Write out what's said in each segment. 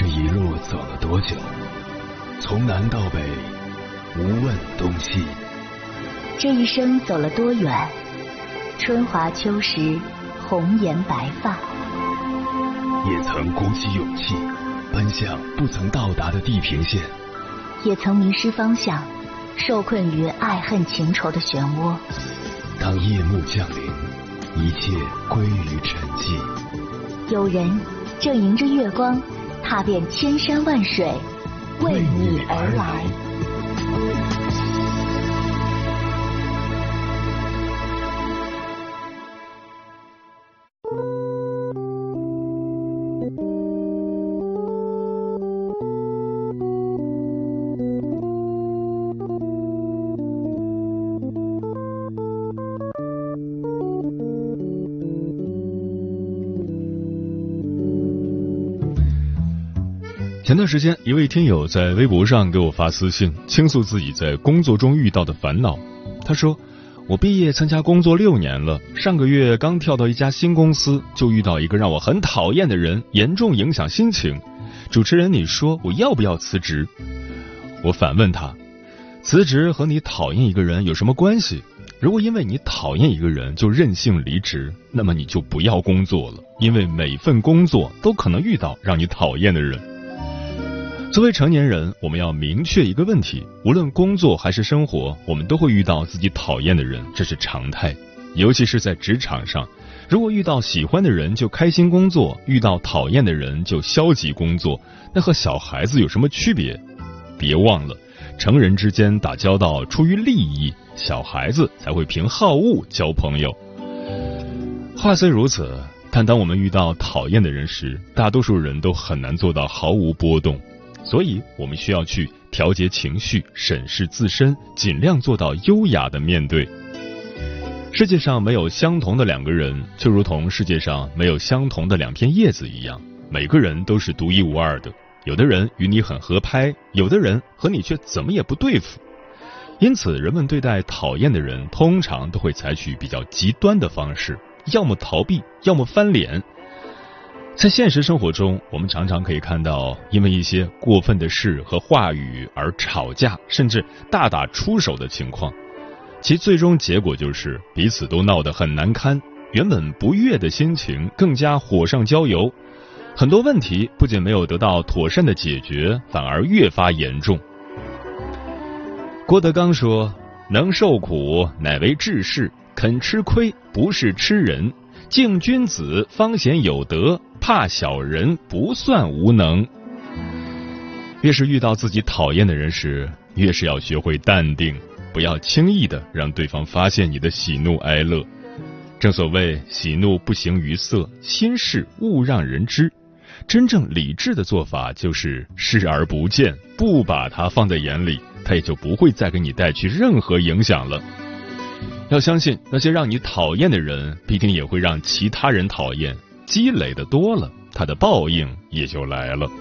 一路走了多久？从南到北，无问东西。 这一生走了多远？春华秋实，红颜白发。 也曾鼓起勇气，奔向不曾到达的地平线。 也曾迷失方向，受困于爱恨情仇的漩涡。 当夜幕降临，一切归于沉寂。 有人正迎着月光，踏遍千山万水，为你而来。 前段时间，一位听友在微博上给我发私信，倾诉自己在工作中遇到的烦恼。他说，我毕业参加工作6年了，上个月刚跳到一家新公司，就遇到一个让我很讨厌的人，严重影响心情。主持人，你说我要不要辞职？我反问他，辞职和你讨厌一个人有什么关系？如果因为你讨厌一个人就任性离职，那么你就不要工作了，因为每份工作都可能遇到让你讨厌的人。作为成年人，我们要明确一个问题，无论工作还是生活，我们都会遇到自己讨厌的人，这是常态。尤其是在职场上，如果遇到喜欢的人就开心工作，遇到讨厌的人就消极工作，那和小孩子有什么区别？别忘了，成人之间打交道出于利益，小孩子才会凭好恶交朋友。话虽如此，但当我们遇到讨厌的人时，大多数人都很难做到毫无波动。所以我们需要去调节情绪，审视自身，尽量做到优雅的面对。世界上没有相同的2个人，就如同世界上没有相同的2片叶子一样，每个人都是独一无二的。有的人与你很合拍，有的人和你却怎么也不对付。因此，人们对待讨厌的人，通常都会采取比较极端的方式，要么逃避，要么翻脸。在现实生活中，我们常常可以看到因为一些过分的事和话语而吵架，甚至大打出手的情况，其最终结果就是彼此都闹得很难堪，原本不悦的心情更加火上浇油，很多问题不仅没有得到妥善的解决，反而越发严重。郭德纲说，能受苦乃为志士，肯吃亏不是吃人，敬君子方显有德，怕小人不算无能。越是遇到自己讨厌的人时，越是要学会淡定，不要轻易的让对方发现你的喜怒哀乐。正所谓喜怒不形于色，心事勿让人知。真正理智的做法就是视而不见，不把它放在眼里，它也就不会再给你带去任何影响了。要相信那些让你讨厌的人，必定也会让其他人讨厌，积累的多了，他的报应也就来了。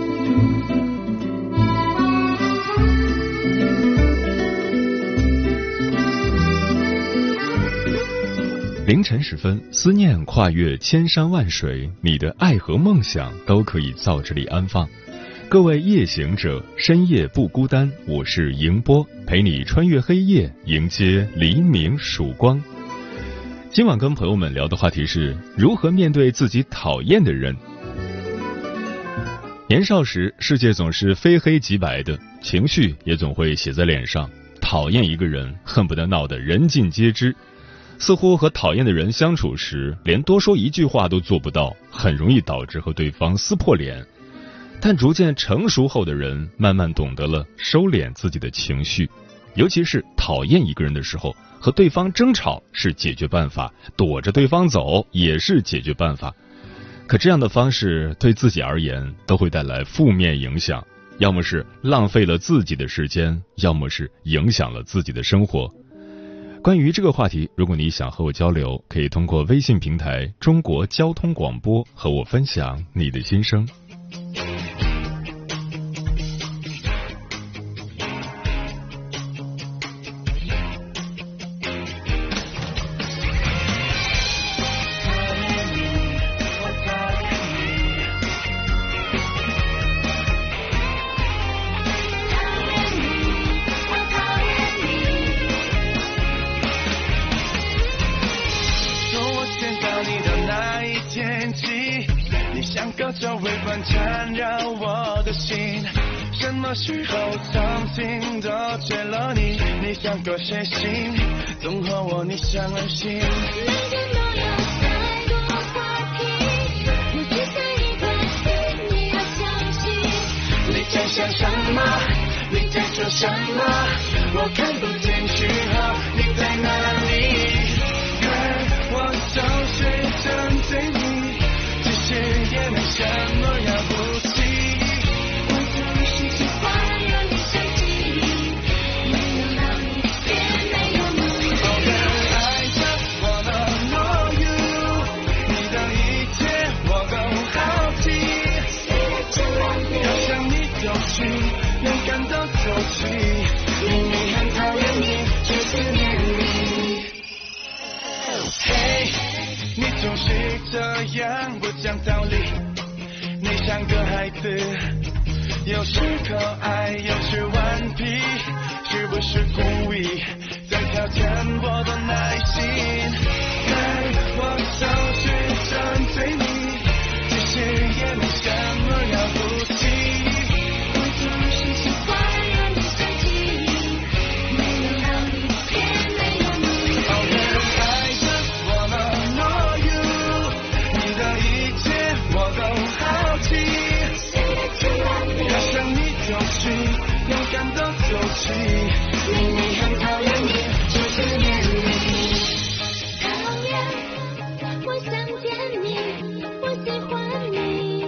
凌晨时分，思念跨越千山万水，你的爱和梦想都可以在这里安放。各位夜行者，深夜不孤单，我是迎波，陪你穿越黑夜，迎接黎明曙光。今晚跟朋友们聊的话题是如何面对自己讨厌的人。年少时，世界总是非黑即白的，情绪也总会写在脸上，讨厌一个人恨不得闹得人尽皆知，似乎和讨厌的人相处时，连多说一句话都做不到，很容易导致和对方撕破脸。但逐渐成熟后的人，慢慢懂得了收敛自己的情绪，尤其是讨厌一个人的时候，和对方争吵是解决办法，躲着对方走也是解决办法。可这样的方式对自己而言都会带来负面影响，要么是浪费了自己的时间，要么是影响了自己的生活。关于这个话题，如果你想和我交流，可以通过微信平台中国交通广播和我分享你的心声。 像个周围乱缠绕我的心，什么时候 something 都缺了你，你像个谁心，总和我逆向而行。每天都有太多话题，我只想一个字，你要相信。你在想什么？你在说什么？我看不见讯号，你在哪里？我就是针对你，只是也没什么了不起。我就是喜欢让你生气，没有道理，也没有目的。我更爱着我的 know you， 你的一切我都好奇。要向你走去，勇敢地走去，明明很讨厌你，却思念你。嘿，你总是这样不讲道理，你像个孩子，有时可爱，有时顽皮，是不是故意在挑战我的耐心？我就是针对你，只是也没什么了不起。我就是喜欢让你生气，没有道理，也没有目的。我更爱着我的 know you， 你的一切我都好奇。要向你走去，勇敢地走去，明明很讨厌你，却思念你。讨厌，我想见你，我喜欢你。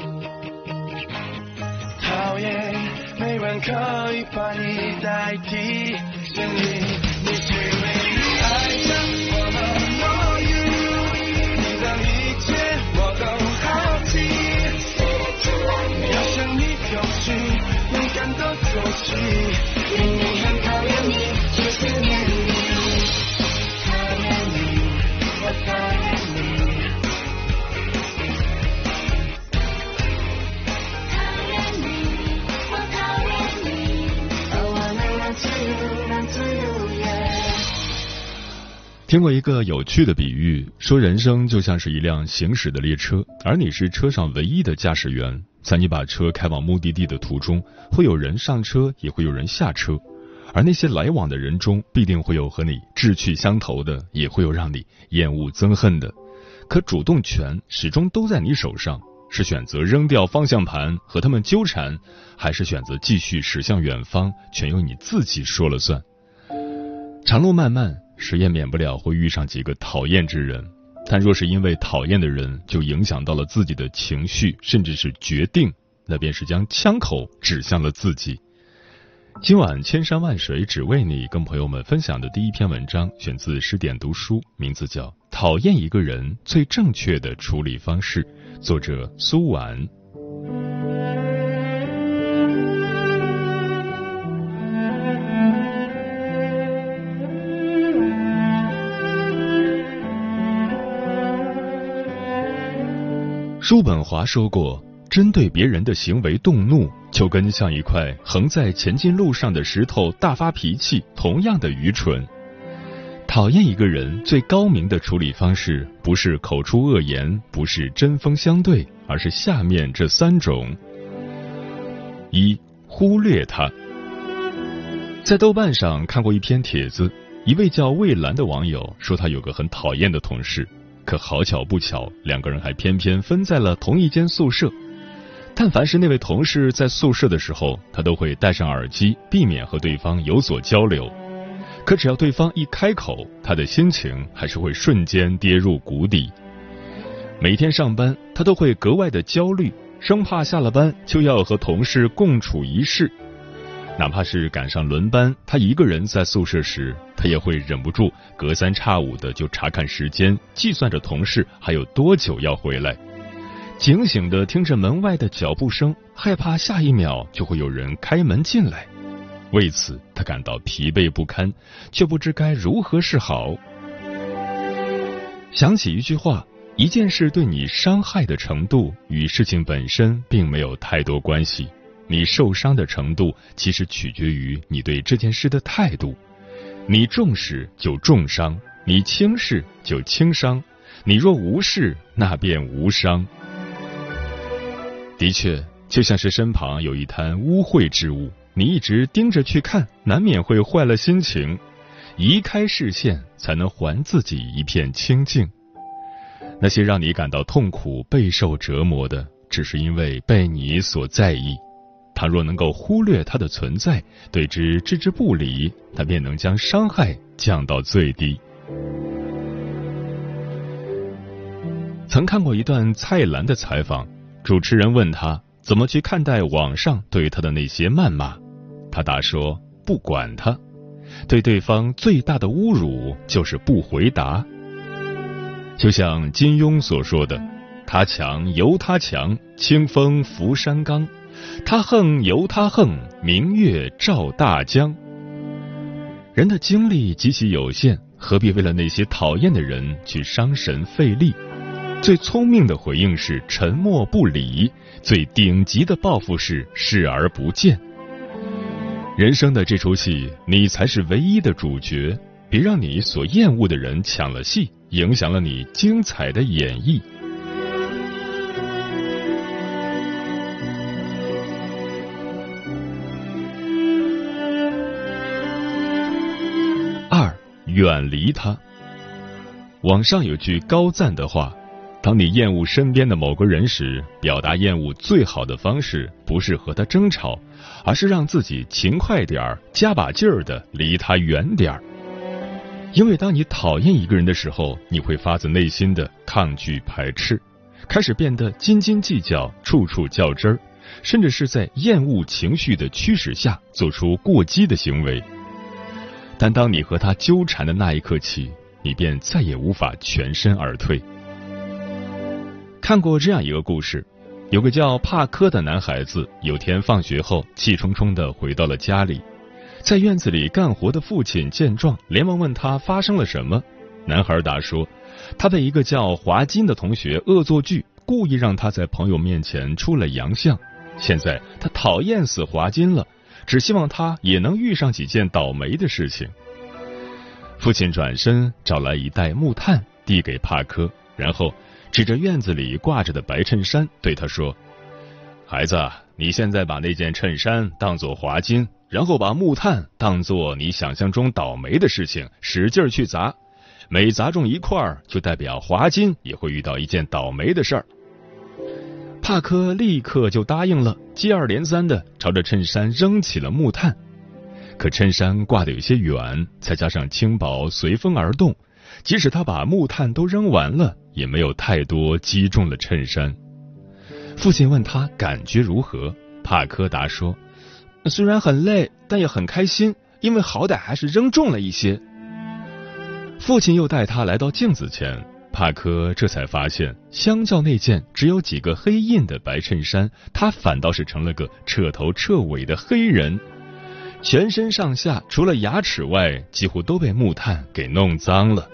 讨厌，没人可以把你代替，是你是唯一。爱着我的 know you， 你的一切我都好奇。要向你走去，勇敢地走去，明明很讨厌你，却思念你。讨厌你，我讨厌你。讨厌你，我讨厌你。I wanna run to you, run to you, yeah。 听过一个有趣的比喻，说人生就像是一辆行驶的列车，而你是车上唯一的驾驶员。在你把车开往目的地的途中，会有人上车，也会有人下车，而那些来往的人中，必定会有和你志趣相投的，也会有让你厌恶憎恨的。可主动权始终都在你手上，是选择扔掉方向盘和他们纠缠，还是选择继续驶向远方，全由你自己说了算。长路漫漫，谁也免不了会遇上几个讨厌之人，但若是因为讨厌的人就影响到了自己的情绪，甚至是决定，那便是将枪口指向了自己。今晚千山万水只为你，跟朋友们分享的第一篇文章选自十点读书，名字叫《讨厌一个人最正确的处理方式》，作者苏婉。叔本华说过，针对别人的行为动怒，就跟向一块横在前进路上的石头大发脾气同样的愚蠢。讨厌一个人最高明的处理方式，不是口出恶言，不是针锋相对，而是下面这3种。1. 忽略他。在豆瓣上看过一篇帖子，一位叫魏兰的网友说他有个很讨厌的同事，可好巧不巧，2个人还偏偏分在了同一间宿舍。但凡是那位同事在宿舍的时候，他都会戴上耳机，避免和对方有所交流。可只要对方一开口，他的心情还是会瞬间跌入谷底。每天上班，他都会格外的焦虑，生怕下了班就要和同事共处一室。哪怕是赶上轮班，他一个人在宿舍时，他也会忍不住隔三差五的就查看时间，计算着同事还有多久要回来，警醒的听着门外的脚步声，害怕下一秒就会有人开门进来。为此他感到疲惫不堪，却不知该如何是好。想起一句话，一件事对你伤害的程度与事情本身并没有太多关系，你受伤的程度其实取决于你对这件事的态度。你重视就重伤，你轻视就轻伤，你若无视，那便无伤。 的确，就像是身旁有一滩污秽之物，你一直盯着去看，难免会坏了心情。移开视线，才能还自己一片清净。那些让你感到痛苦、备受折磨的，只是因为被你所在意。倘若能够忽略它的存在，对之置之不理，它便能将伤害降到最低。曾看过一段蔡澜的采访，主持人问他怎么去看待网上对他的那些谩骂，他答说不管他，对对方最大的侮辱就是不回答。就像金庸所说的，他强由他强，清风拂山岗，他横由他横，明月照大江。人的精力极其有限，何必为了那些讨厌的人去伤神费力？最聪明的回应是沉默不理，最顶级的报复是视而不见。人生的这出戏，你才是唯一的主角，别让你所厌恶的人抢了戏，影响了你精彩的演绎。2，远离他。网上有句高赞的话，当你厌恶身边的某个人时，表达厌恶最好的方式不是和他争吵，而是让自己勤快点儿，加把劲儿的离他远点儿。因为当你讨厌一个人的时候，你会发自内心的抗拒排斥，开始变得斤斤计较，处处较真儿，甚至是在厌恶情绪的驱使下做出过激的行为。但当你和他纠缠的那一刻起，你便再也无法全身而退。看过这样一个故事，有个叫帕科的男孩子，有天放学后气冲冲地回到了家里，在院子里干活的父亲见状，连忙问他发生了什么。男孩答说，他被一个叫华金的同学恶作剧，故意让他在朋友面前出了洋相，现在他讨厌死华金了，只希望他也能遇上几件倒霉的事情。父亲转身找来一袋木炭递给帕科，然后指着院子里挂着的白衬衫对他说，孩子，你现在把那件衬衫当作华金，然后把木炭当作你想象中倒霉的事情使劲去砸，每砸中一块就代表华金也会遇到一件倒霉的事儿。帕科立刻就答应了，接二连三的朝着衬衫扔起了木炭。可衬衫挂得有些远，再加上轻薄随风而动，即使他把木炭都扔完了，也没有太多击中了衬衫。父亲问他感觉如何，帕科答说，虽然很累，但也很开心，因为好歹还是扔中了一些。父亲又带他来到镜子前，帕科这才发现，相较那件只有几个黑印的白衬衫，他反倒是成了个彻头彻尾的黑人，全身上下除了牙齿外，几乎都被木炭给弄脏了。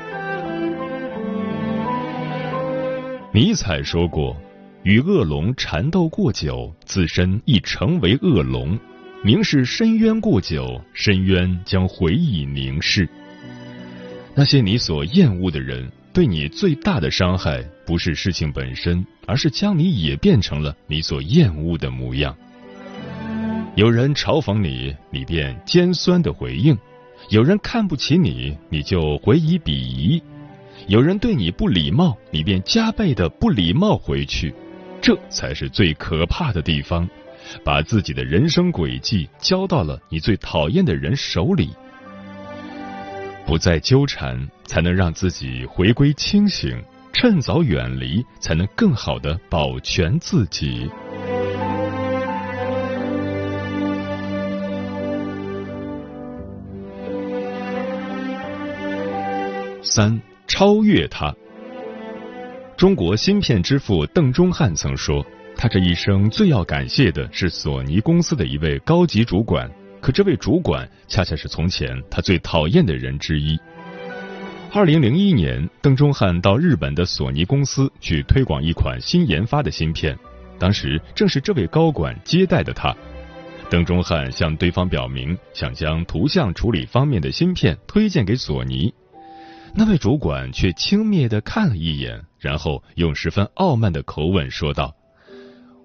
尼采说过，与恶龙缠斗过久，自身亦成为恶龙；凝视深渊过久，深渊将回忆凝视。那些你所厌恶的人，对你最大的伤害，不是事情本身，而是将你也变成了你所厌恶的模样。有人嘲讽你，你便尖酸的回应；有人看不起你，你就回以鄙夷；有人对你不礼貌，你便加倍的不礼貌回去。这才是最可怕的地方，把自己的人生轨迹交到了你最讨厌的人手里。不再纠缠，才能让自己回归清醒；趁早远离，才能更好的保全自己。3，超越他。中国芯片之父邓中翰曾说，他这一生最要感谢的是索尼公司的一位高级主管，可这位主管恰恰是从前他最讨厌的人之一。2001年，邓中翰到日本的索尼公司去推广一款新研发的芯片，当时正是这位高管接待的他。邓中翰向对方表明，想将图像处理方面的芯片推荐给索尼。那位主管却轻蔑地看了一眼，然后用十分傲慢的口吻说道，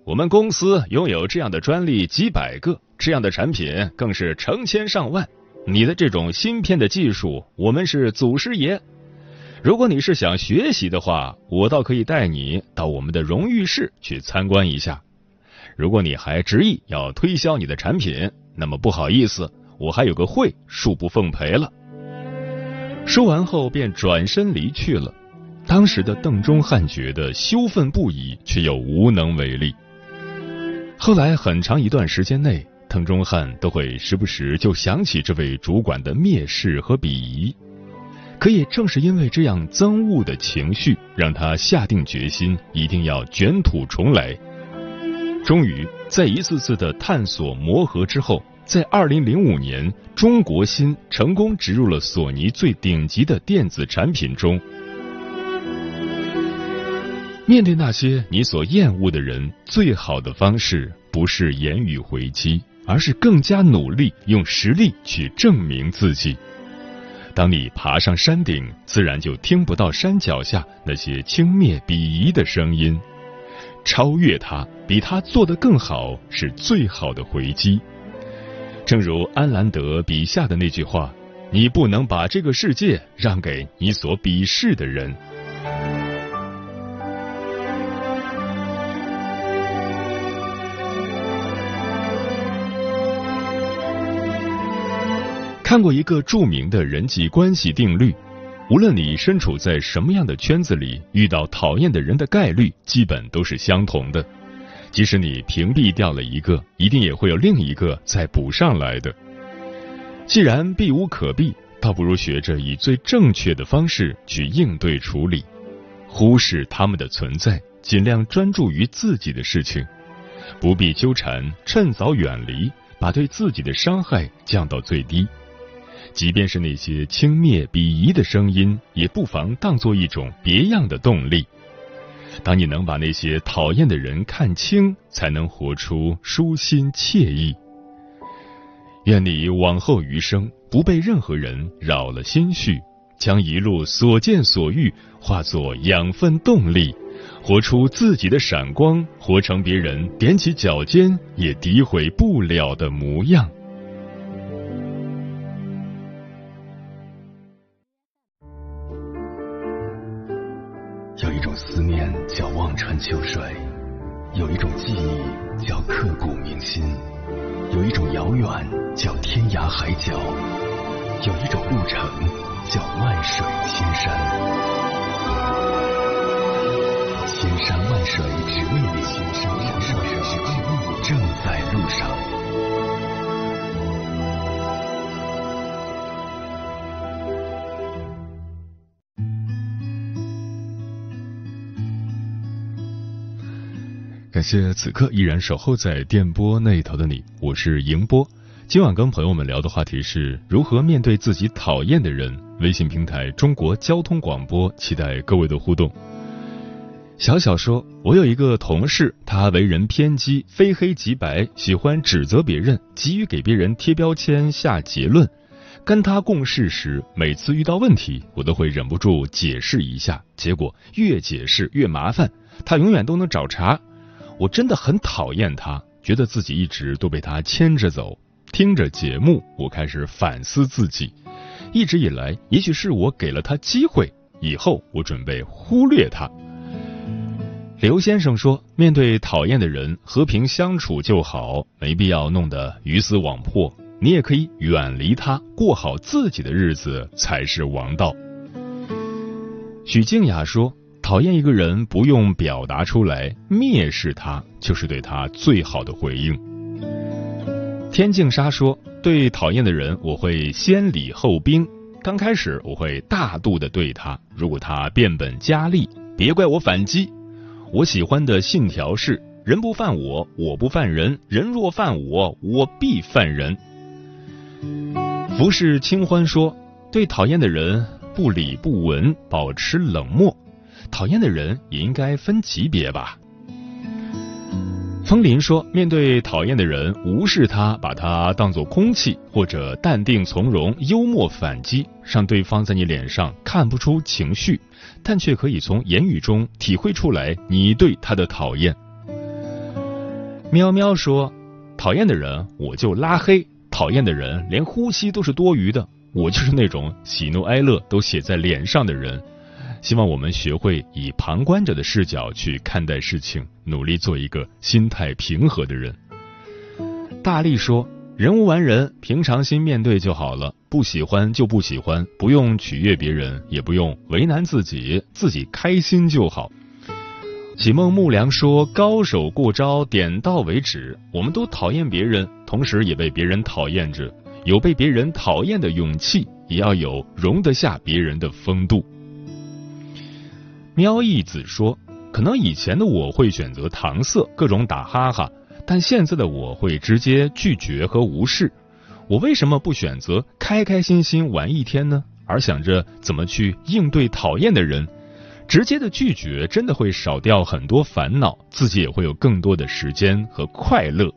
我们公司拥有这样的专利几百个，这样的产品更是成千上万。你的这种芯片的技术，我们是祖师爷。如果你是想学习的话，我倒可以带你到我们的荣誉室去参观一下。如果你还执意要推销你的产品，那么不好意思，我还有个会，恕不奉陪了。说完后便转身离去了。当时的邓中翰觉得羞愤不已，却又无能为力。后来很长一段时间内，邓中翰都会时不时就想起这位主管的蔑视和鄙夷。可也正是因为这样憎恶的情绪，让他下定决心一定要卷土重来。终于在一次次的探索磨合之后，在2005年，中国芯成功植入了索尼最顶级的电子产品中。面对那些你所厌恶的人，最好的方式不是言语回击，而是更加努力，用实力去证明自己。当你爬上山顶，自然就听不到山脚下那些轻蔑鄙夷的声音。超越它，比它做得更好，是最好的回击。正如安兰德笔下的那句话：你不能把这个世界让给你所鄙视的人。看过一个著名的人际关系定律，无论你身处在什么样的圈子里，遇到讨厌的人的概率基本都是相同的。即使你屏蔽掉了一个，一定也会有另一个再补上来的。既然避无可避，倒不如学着以最正确的方式去应对处理，忽视他们的存在，尽量专注于自己的事情，不必纠缠，趁早远离，把对自己的伤害降到最低。即便是那些轻蔑鄙夷的声音，也不妨当作一种别样的动力。当你能把那些讨厌的人看清，才能活出舒心惬意。愿你往后余生不被任何人扰了心绪，将一路所见所遇化作养分动力，活出自己的闪光，活成别人踮起脚尖也诋毁不了的模样。 有一种思念叫望穿秋水，有一种记忆叫刻骨铭心，有一种遥远叫天涯海角，有一种路程叫万水千山。千山万水只为你，千山万水只为你，正在路上。 感谢此刻依然守候在电波那头的你，我是迎波。今晚跟朋友们聊的话题是如何面对自己讨厌的人。微信平台中国交通广播，期待各位的互动。小小说，我有一个同事，他为人偏激，非黑即白，喜欢指责别人，急于给别人贴标签下结论。跟他共事时，每次遇到问题，我都会忍不住解释一下，结果越解释越麻烦，他永远都能找茬。我真的很讨厌他，觉得自己一直都被他牵着走。听着节目，我开始反思自己，一直以来，也许是我给了他机会，以后我准备忽略他。刘先生说，面对讨厌的人，和平相处就好，没必要弄得鱼死网破。你也可以远离他，过好自己的日子才是王道。许静雅说，讨厌一个人不用表达出来，蔑视他就是对他最好的回应。天净沙说，对讨厌的人我会先礼后兵，刚开始我会大度的对他，如果他变本加厉，别怪我反击。我喜欢的信条是，人不犯我，我不犯人，人若犯我，我必犯人。浮世清欢说，对讨厌的人不理不闻，保持冷漠。讨厌的人也应该分级别吧。风林说，面对讨厌的人，无视他，把他当作空气，或者淡定从容，幽默反击，让对方在你脸上看不出情绪，但却可以从言语中体会出来你对他的讨厌。 喵喵说，讨厌的人我就拉黑，讨厌的人连呼吸都是多余的，我就是那种喜怒哀乐都写在脸上的人。希望我们学会以旁观者的视角去看待事情，努力做一个心态平和的人。大力说，人无完人，平常心面对就好了，不喜欢就不喜欢，不用取悦别人，也不用为难自己，自己开心就好。启梦木良说，高手过招，点到为止。我们都讨厌别人，同时也被别人讨厌着，有被别人讨厌的勇气，也要有容得下别人的风度。喵义子说，可能以前的我会选择搪塞，各种打哈哈，但现在的我会直接拒绝和无视。我为什么不选择开开心心玩一天呢？而想着怎么去应对讨厌的人？直接的拒绝真的会少掉很多烦恼，自己也会有更多的时间和快乐。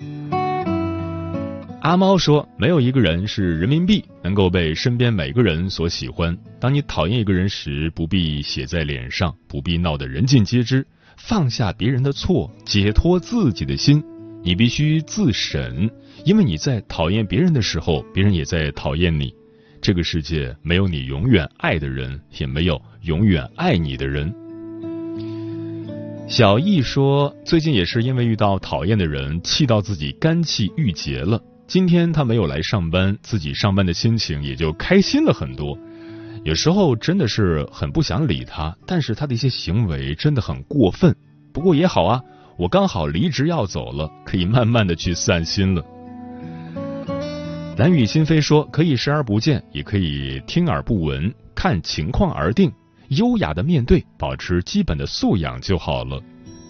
阿猫说，没有一个人是人民币能够被身边每个人所喜欢。当你讨厌一个人时，不必写在脸上，不必闹得人尽皆知，放下别人的错，解脱自己的心。你必须自审，因为你在讨厌别人的时候，别人也在讨厌你。这个世界没有你永远爱的人，也没有永远爱你的人。小易说，最近也是因为遇到讨厌的人，气到自己肝气郁结了。今天他没有来上班，自己上班的心情也就开心了很多。有时候真的是很不想理他，但是他的一些行为真的很过分。不过也好啊，我刚好离职要走了，可以慢慢的去散心了。蓝雨心飞说，可以视而不见，也可以听而不闻，看情况而定，优雅的面对，保持基本的素养就好了。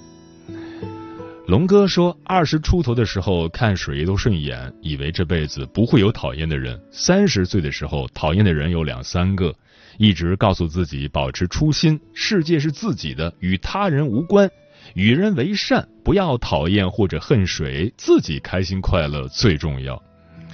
龙哥说，20出头的时候看谁都顺眼，以为这辈子不会有讨厌的人，30岁的时候讨厌的人有2-3个，一直告诉自己保持初心，世界是自己的，与他人无关，与人为善，不要讨厌或者恨谁，自己开心快乐最重要。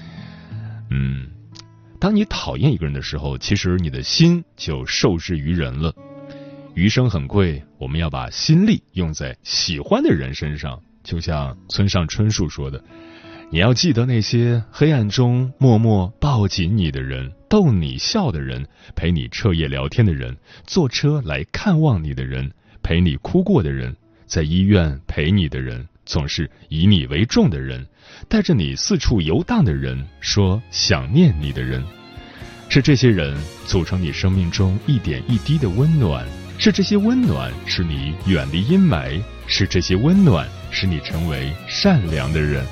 当你讨厌一个人的时候，其实你的心就受制于人了。余生很贵，我们要把心力用在喜欢的人身上。就像村上春树说的，你要记得那些黑暗中默默抱紧你的人，逗你笑的人，陪你彻夜聊天的人，坐车来看望你的人，陪你哭过的人，在医院陪你的人，总是以你为重的人，带着你四处游荡的人，说想念你的人。是这些人组成你生命中一点一滴的温暖，是这些温暖使你远离阴霾，是这些温暖使你成为善良的人。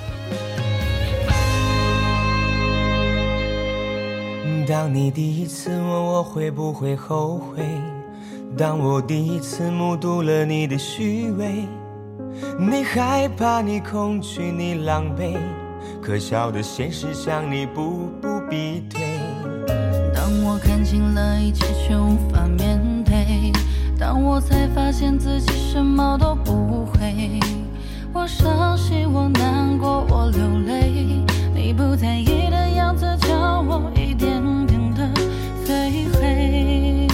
当你第一次问我会不会后悔，当我第一次目睹了你的虚伪，你害怕，你恐惧，你狼狈，可笑的现实向你步步逼退。 当我看清了一切却无法面对，当我才发现自己什么都不会，我伤心，我难过，我流泪，你不在意的样子叫我一点点的摧毁。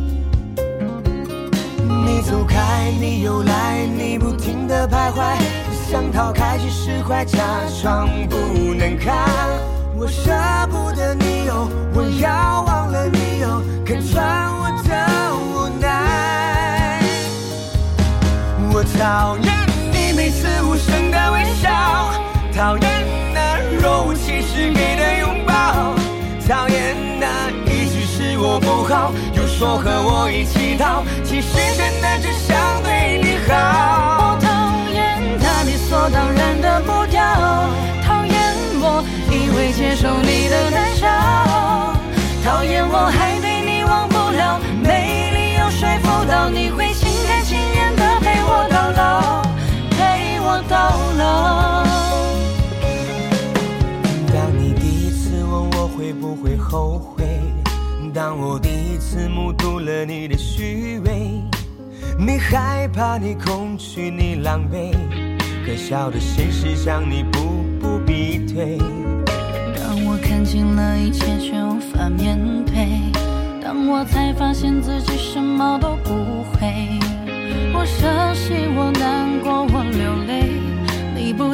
你走开，你又来，你不停地徘徊，想逃开去释怀，假装不能看。我舍不得你哦，我要忘了你哦，看穿我的无奈。我讨厌你每次无声的微笑，讨厌那若无其事给的拥抱，讨厌那一句是我不好，又说和我一起逃，其实真的只想对你好。 我讨厌他理所当然的步调，讨厌我以为接受你的胆小，讨厌我还对你忘不了，没理由说服到你会心甘情愿的陪我到老，陪我到老。 当你第一次问我会不会后悔，当我第一次目睹了你的虚伪，你害怕，你恐惧，你狼狈，可笑的现实向你步步逼退。 当我看清了一切却无法面对，当我才发现自己什么都不会，我伤心，我难过，我流泪，你不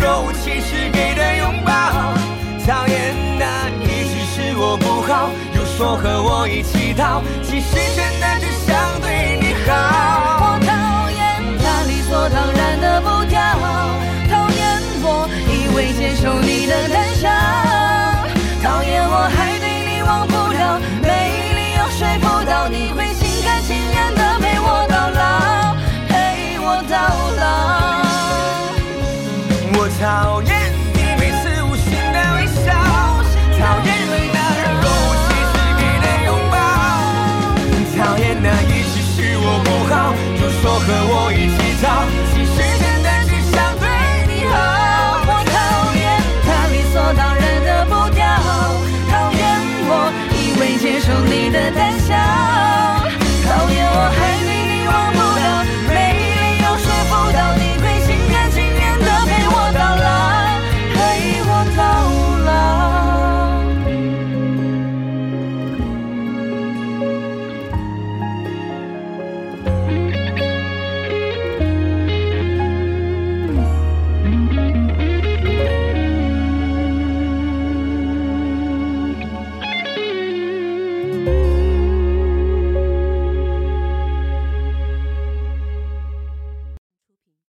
若无其事给的拥抱。讨厌那一直是我不好，又说和我一起逃，其实真的只想对你好。 我讨厌他理所当然的步调，讨厌我以为接受你的胆小，讨厌我还对你忘不了，没理由说服到你会心甘情愿的陪我到老，陪我到老。 我讨厌